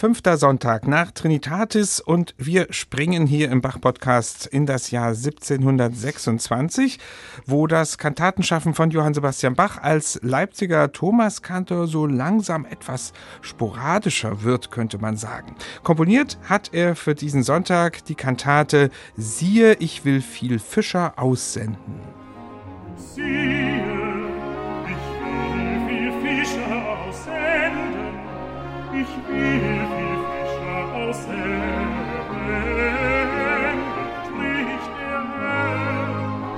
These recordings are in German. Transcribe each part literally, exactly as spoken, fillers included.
Fünfter Sonntag nach Trinitatis und wir springen hier im Bach-Podcast in das Jahr siebzehnhundertsechsundzwanzig, wo das Kantatenschaffen von Johann Sebastian Bach als Leipziger Thomaskantor so langsam etwas sporadischer wird, könnte man sagen. Komponiert hat er für diesen Sonntag die Kantate »Siehe, ich will viel Fischer aussenden«. Siehe, ich will viel Fischer aussenden, ich will viel Fischer aussenden, spricht der Herr.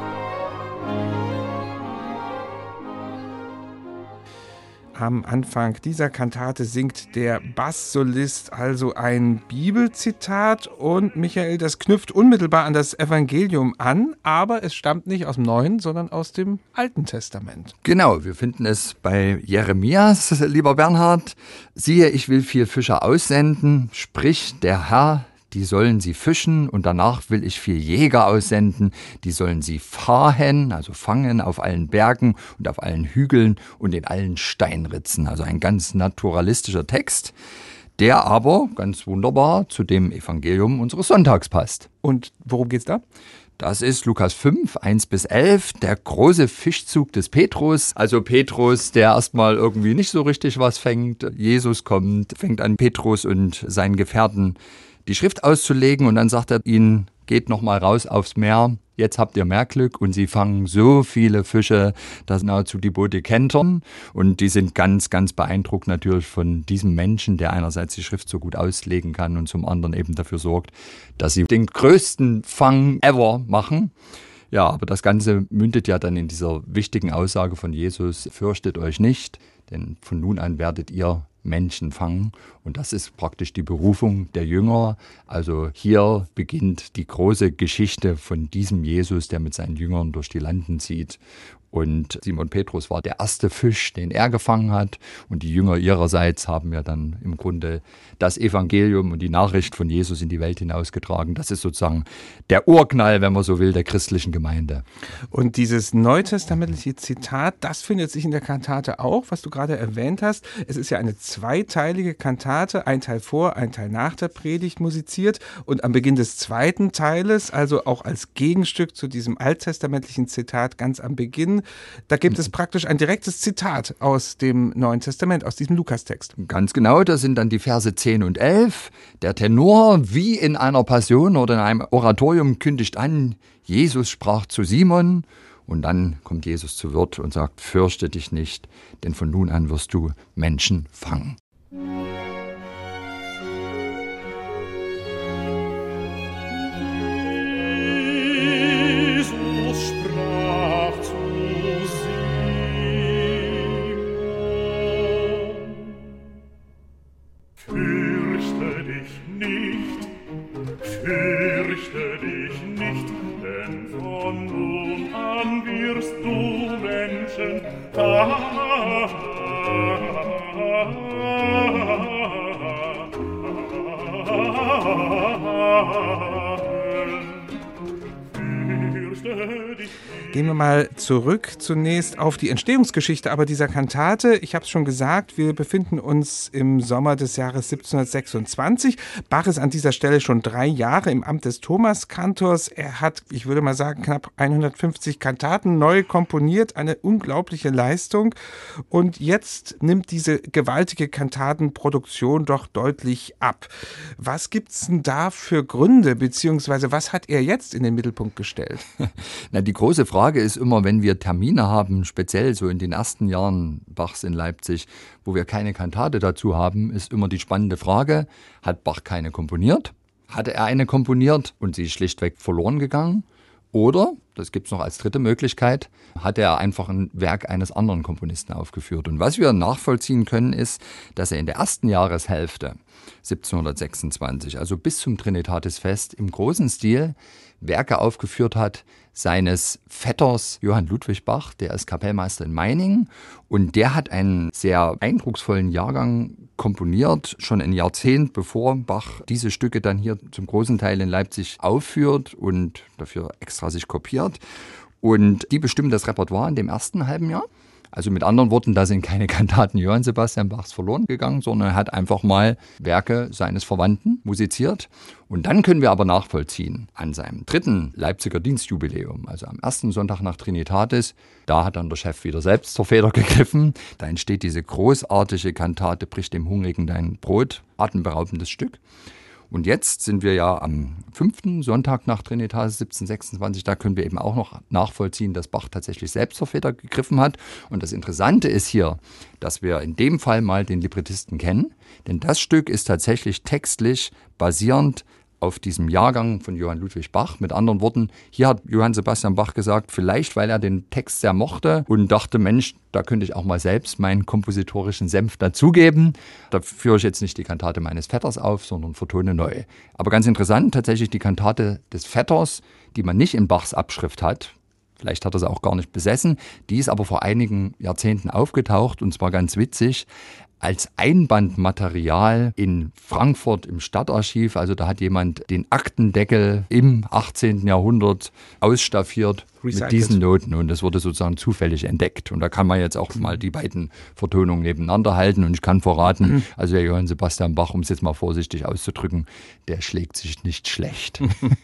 Am Anfang dieser Kantate singt der Basssolist also ein Bibelzitat und Michael, das knüpft unmittelbar an das Evangelium an, aber es stammt nicht aus dem Neuen, sondern aus dem Alten Testament. Genau, wir finden es bei Jeremias, lieber Bernhard. Siehe, ich will viel Fischer aussenden, spricht der Herr, die sollen sie fischen, und danach will ich viel Jäger aussenden, die sollen sie fahen, also fangen auf allen Bergen und auf allen Hügeln und in allen Steinritzen. Also ein ganz naturalistischer Text, der aber ganz wunderbar zu dem Evangelium unseres Sonntags passt. Und worum geht's da? Das ist Lukas fünf, eins bis elf, der große Fischzug des Petrus. Also Petrus, der erstmal irgendwie nicht so richtig was fängt. Jesus kommt, fängt an, Petrus und seinen Gefährten die Schrift auszulegen, und dann sagt er ihnen, geht noch mal raus aufs Meer, jetzt habt ihr mehr Glück, und sie fangen so viele Fische, dass nahezu die Boote kentern, und die sind ganz, ganz beeindruckt natürlich von diesem Menschen, der einerseits die Schrift so gut auslegen kann und zum anderen eben dafür sorgt, dass sie den größten Fang ever machen. Ja, aber das Ganze mündet ja dann in dieser wichtigen Aussage von Jesus, fürchtet euch nicht, denn von nun an werdet ihr Menschen fangen. Und das ist praktisch die Berufung der Jünger. Also hier beginnt die große Geschichte von diesem Jesus, der mit seinen Jüngern durch die Landen zieht. Und Simon Petrus war der erste Fisch, den er gefangen hat. Und die Jünger ihrerseits haben ja dann im Grunde das Evangelium und die Nachricht von Jesus in die Welt hinausgetragen. Das ist sozusagen der Urknall, wenn man so will, der christlichen Gemeinde. Und dieses neutestamentliche Zitat, das findet sich in der Kantate auch, was du gerade erwähnt hast. Es ist ja eine zweiteilige Kantate, ein Teil vor, ein Teil nach der Predigt musiziert. Und am Beginn des zweiten Teiles, also auch als Gegenstück zu diesem alttestamentlichen Zitat ganz am Beginn, da gibt es praktisch ein direktes Zitat aus dem Neuen Testament, aus diesem Lukastext. Ganz genau, das sind dann die Verse zehn und elf. Der Tenor, wie in einer Passion oder in einem Oratorium, kündigt an, Jesus sprach zu Simon, und dann kommt Jesus zu Wort und sagt, fürchte dich nicht, denn von nun an wirst du Menschen fangen. Fürchte dich nicht, denn von nun an wirst du Menschen fangen. Fürchte dich nicht. Gehen wir mal zurück zunächst auf die Entstehungsgeschichte aber dieser Kantate. Ich habe es schon gesagt, wir befinden uns im Sommer des Jahres siebzehnhundertsechsundzwanzig. Bach ist an dieser Stelle schon drei Jahre im Amt des Thomaskantors. Er hat, ich würde mal sagen, knapp hundertfünfzig Kantaten neu komponiert, eine unglaubliche Leistung. Und jetzt nimmt diese gewaltige Kantatenproduktion doch deutlich ab. Was gibt's denn da für Gründe, beziehungsweise was hat er jetzt in den Mittelpunkt gestellt? Na, die große Frage ist immer, wenn wir Termine haben, speziell so in den ersten Jahren Bachs in Leipzig, wo wir keine Kantate dazu haben, ist immer die spannende Frage, hat Bach keine komponiert? Hatte er eine komponiert und sie ist schlichtweg verloren gegangen? Oder, das gibt es noch als dritte Möglichkeit, hat er einfach ein Werk eines anderen Komponisten aufgeführt. Und was wir nachvollziehen können, ist, dass er in der ersten Jahreshälfte siebzehnhundertsechsundzwanzig, also bis zum Trinitatisfest, im großen Stil Werke aufgeführt hat seines Vetters Johann Ludwig Bach, der ist Kapellmeister in Meiningen, und der hat einen sehr eindrucksvollen Jahrgang komponiert, schon ein Jahrzehnt bevor Bach diese Stücke dann hier zum großen Teil in Leipzig aufführt und dafür extra sich kopiert. Und die bestimmen das Repertoire in dem ersten halben Jahr. Also mit anderen Worten, da sind keine Kantaten Johann Sebastian Bachs verloren gegangen, sondern er hat einfach mal Werke seines Verwandten musiziert. Und dann können wir aber nachvollziehen, an seinem dritten Leipziger Dienstjubiläum, also am ersten Sonntag nach Trinitatis, da hat dann der Chef wieder selbst zur Feder gegriffen. Da entsteht diese großartige Kantate Brich dem Hungrigen dein Brot, atemberaubendes Stück. Und jetzt sind wir ja am fünften Sonntag nach Trinitatis siebzehnhundertsechsundzwanzig, da können wir eben auch noch nachvollziehen, dass Bach tatsächlich selbst zur Feder gegriffen hat. Und das Interessante ist hier, dass wir in dem Fall mal den Librettisten kennen, denn das Stück ist tatsächlich textlich basierend auf diesem Jahrgang von Johann Ludwig Bach. Mit anderen Worten, hier hat Johann Sebastian Bach gesagt, vielleicht weil er den Text sehr mochte und dachte, Mensch, da könnte ich auch mal selbst meinen kompositorischen Senf dazugeben. Da führe ich jetzt nicht die Kantate meines Vetters auf, sondern vertone neu. Aber ganz interessant, tatsächlich die Kantate des Vetters, die man nicht in Bachs Abschrift hat, vielleicht hat er sie auch gar nicht besessen, die ist aber vor einigen Jahrzehnten aufgetaucht und zwar ganz witzig, als Einbandmaterial in Frankfurt im Stadtarchiv. Also da hat jemand den Aktendeckel im achtzehnten Jahrhundert ausstaffiert Recycled. Mit diesen Noten und das wurde sozusagen zufällig entdeckt. Und da kann man jetzt auch mal die beiden Vertonungen nebeneinander halten und ich kann verraten, mhm. also der Johann Sebastian Bach, um es jetzt mal vorsichtig auszudrücken, der schlägt sich nicht schlecht.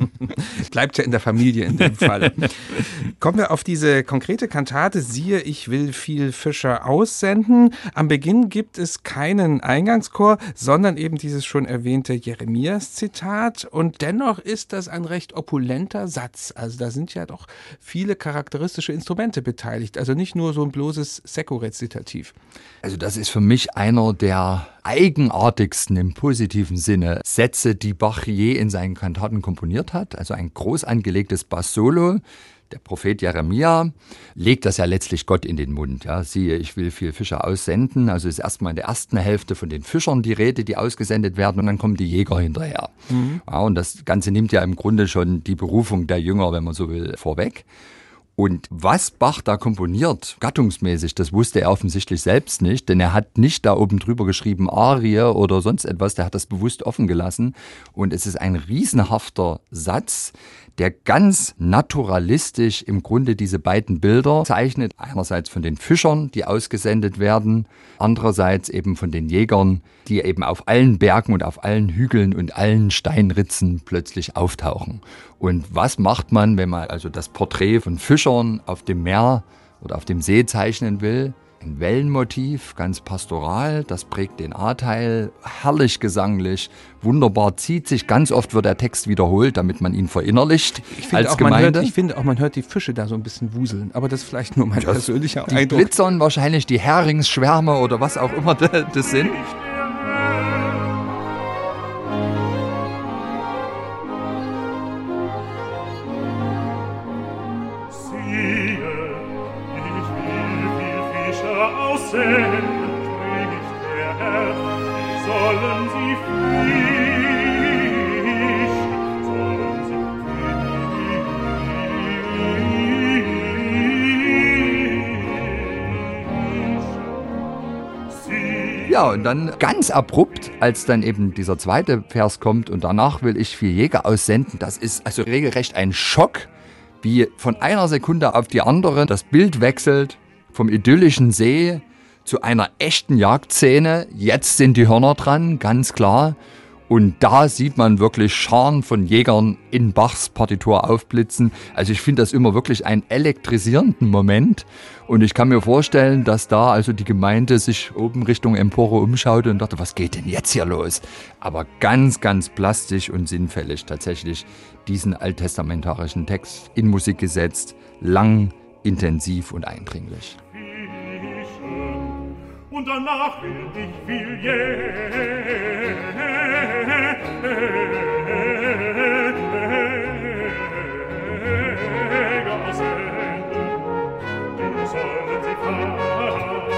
Bleibt ja in der Familie in dem Fall. Kommen wir auf diese konkrete Kantate, siehe, ich will viel Fischer aussenden. Am Beginn gibt es keinen Eingangschor, sondern eben dieses schon erwähnte Jeremias-Zitat und dennoch ist das ein recht opulenter Satz. Also da sind ja doch viele charakteristische Instrumente beteiligt, also nicht nur so ein bloßes Sekko-Rezitativ. Also das ist für mich einer der eigenartigsten im positiven Sinne Sätze, die Bach je in seinen Kantaten komponiert hat. Also ein groß angelegtes Bass-Solo. Der Prophet Jeremia legt das ja letztlich Gott in den Mund. Ja, siehe, ich will viel Fischer aussenden. Also ist erstmal in der ersten Hälfte von den Fischern die Rede, die ausgesendet werden und dann kommen die Jäger hinterher. Mhm. Ja, und das Ganze nimmt ja im Grunde schon die Berufung der Jünger, wenn man so will, vorweg. Und was Bach da komponiert, gattungsmäßig, das wusste er offensichtlich selbst nicht, denn er hat nicht da oben drüber geschrieben Arie oder sonst etwas, der hat das bewusst offen gelassen. Und es ist ein riesenhafter Satz, der ganz naturalistisch im Grunde diese beiden Bilder zeichnet. Einerseits von den Fischern, die ausgesendet werden, andererseits eben von den Jägern, die eben auf allen Bergen und auf allen Hügeln und allen Steinritzen plötzlich auftauchen. Und was macht man, wenn man also das Porträt von Fischern auf dem Meer oder auf dem See zeichnen will? Ein Wellenmotiv, ganz pastoral, das prägt den A-Teil, herrlich gesanglich, wunderbar, zieht sich, ganz oft wird der Text wiederholt, damit man ihn verinnerlicht ich als auch, Gemeinde. Man hört, ich finde auch, man hört die Fische da so ein bisschen wuseln, aber das ist vielleicht nur mein das, persönlicher die Eindruck. Die glitzern wahrscheinlich, die Heringsschwärme oder was auch immer das sind. Ja, und dann ganz abrupt, als dann eben dieser zweite Vers kommt und danach will ich vier Jäger aussenden, das ist also regelrecht ein Schock, wie von einer Sekunde auf die andere das Bild wechselt vom idyllischen See zu einer echten Jagdszene. Jetzt sind die Hörner dran, ganz klar. Und da sieht man wirklich Scharen von Jägern in Bachs Partitur aufblitzen. Also ich finde das immer wirklich einen elektrisierenden Moment. Und ich kann mir vorstellen, dass da also die Gemeinde sich oben Richtung Empore umschaute und dachte, was geht denn jetzt hier los? Aber ganz, ganz plastisch und sinnfällig tatsächlich diesen alttestamentarischen Text in Musik gesetzt. Lang, intensiv und eindringlich. Und danach will ich viel Jäger senden, die sollen sie fahren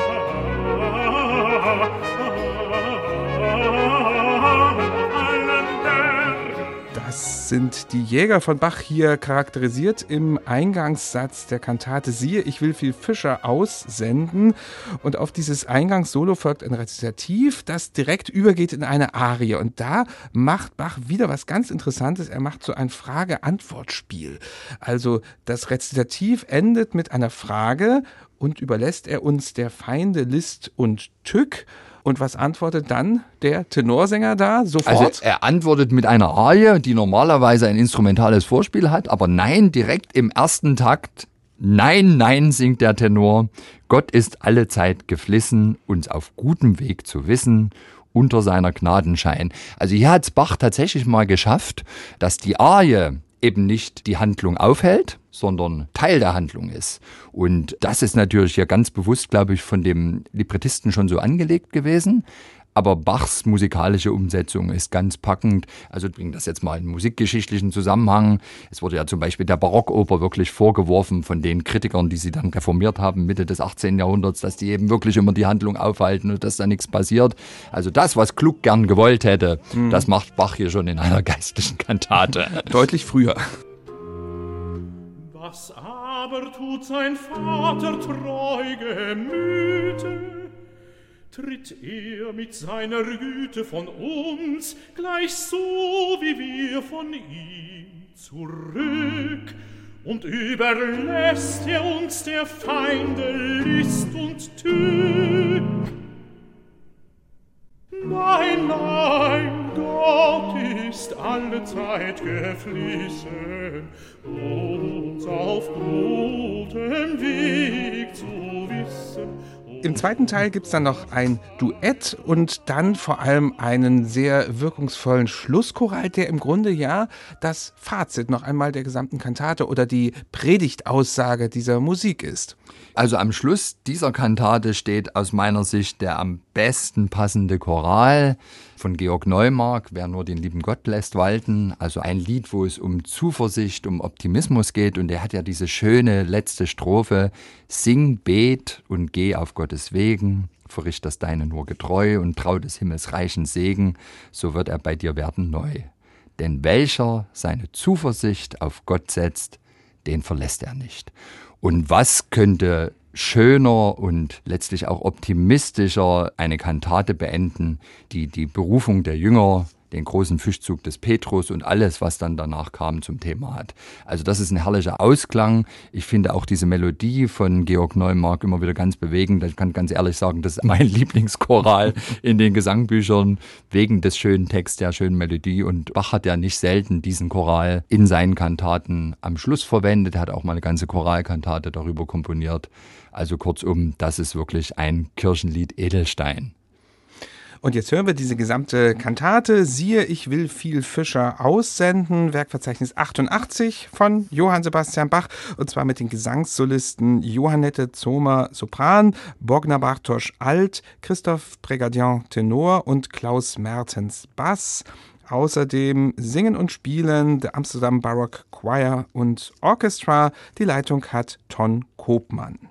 auf allen Bergen. Das sind die Jäger von Bach hier charakterisiert im Eingangssatz der Kantate Siehe, ich will viel Fischer aussenden. Und auf dieses Eingangssolo folgt ein Rezitativ, das direkt übergeht in eine Arie. Und da macht Bach wieder was ganz Interessantes. Er macht so ein Frage-Antwort-Spiel. Also das Rezitativ endet mit einer Frage und überlässt er uns der Feinde List und Tück. Und was antwortet dann der Tenorsänger da sofort? Also er antwortet mit einer Arie, die normalerweise ein instrumentales Vorspiel hat, aber nein, direkt im ersten Takt, nein, nein, singt der Tenor, Gott ist allezeit geflissen, uns auf gutem Weg zu wissen, unter seiner Gnadenschein. Also hier hat es Bach tatsächlich mal geschafft, dass die Arie eben nicht die Handlung aufhält, sondern Teil der Handlung ist. Und das ist natürlich ja ganz bewusst, glaube ich, von dem Librettisten schon so angelegt gewesen. Aber Bachs musikalische Umsetzung ist ganz packend. Also bringen das jetzt mal in musikgeschichtlichen Zusammenhang. Es wurde ja zum Beispiel der Barockoper wirklich vorgeworfen von den Kritikern, die sie dann reformiert haben, Mitte des achtzehnten Jahrhunderts, dass die eben wirklich immer die Handlung aufhalten und dass da nichts passiert. Also das, was Gluck gern gewollt hätte, mhm. das macht Bach hier schon in einer geistlichen Kantate. Deutlich früher. Was aber tut sein Vater treu gemüte? Tritt er mit seiner Güte von uns, gleich so wie wir von ihm, zurück, und überlässt er uns der Feinde List und Tück. Nein, nein, Gott ist allezeit geflissen, uns auf gutem Weg zu wissen. Im zweiten Teil gibt es dann noch ein Duett und dann vor allem einen sehr wirkungsvollen Schlusschoral, der im Grunde ja das Fazit noch einmal der gesamten Kantate oder die Predigtaussage dieser Musik ist. Also am Schluss dieser Kantate steht aus meiner Sicht der am besten passende Choral von Georg Neumark, Wer nur den lieben Gott lässt walten. Also ein Lied, wo es um Zuversicht, um Optimismus geht. Und er hat ja diese schöne letzte Strophe: Sing, bet und geh auf Gottes Wegen, verricht das Deine nur getreu und trau des Himmels reichen Segen, so wird er bei dir werden neu. Denn welcher seine Zuversicht auf Gott setzt, den verlässt er nicht. Und was könnte schöner und letztlich auch optimistischer eine Kantate beenden, die die Berufung der Jünger, den großen Fischzug des Petrus und alles, was dann danach kam, zum Thema hat. Also das ist ein herrlicher Ausklang. Ich finde auch diese Melodie von Georg Neumark immer wieder ganz bewegend. Ich kann ganz ehrlich sagen, das ist mein Lieblingschoral in den Gesangbüchern, wegen des schönen Texts, der schönen Melodie. Und Bach hat ja nicht selten diesen Choral in seinen Kantaten am Schluss verwendet. Er hat auch mal eine ganze Choralkantate darüber komponiert. Also kurzum, das ist wirklich ein Kirchenlied Edelstein. Und jetzt hören wir diese gesamte Kantate. Siehe, ich will viel Fischer aussenden. Werkverzeichnis achtundachtzig von Johann Sebastian Bach. Und zwar mit den Gesangssolisten Johannette Zomer Sopran, Bogner Bartosch Alt, Christoph Prégadian Tenor und Klaus Mertens Bass. Außerdem singen und spielen der Amsterdam Baroque Choir und Orchestra. Die Leitung hat Ton Koopmann.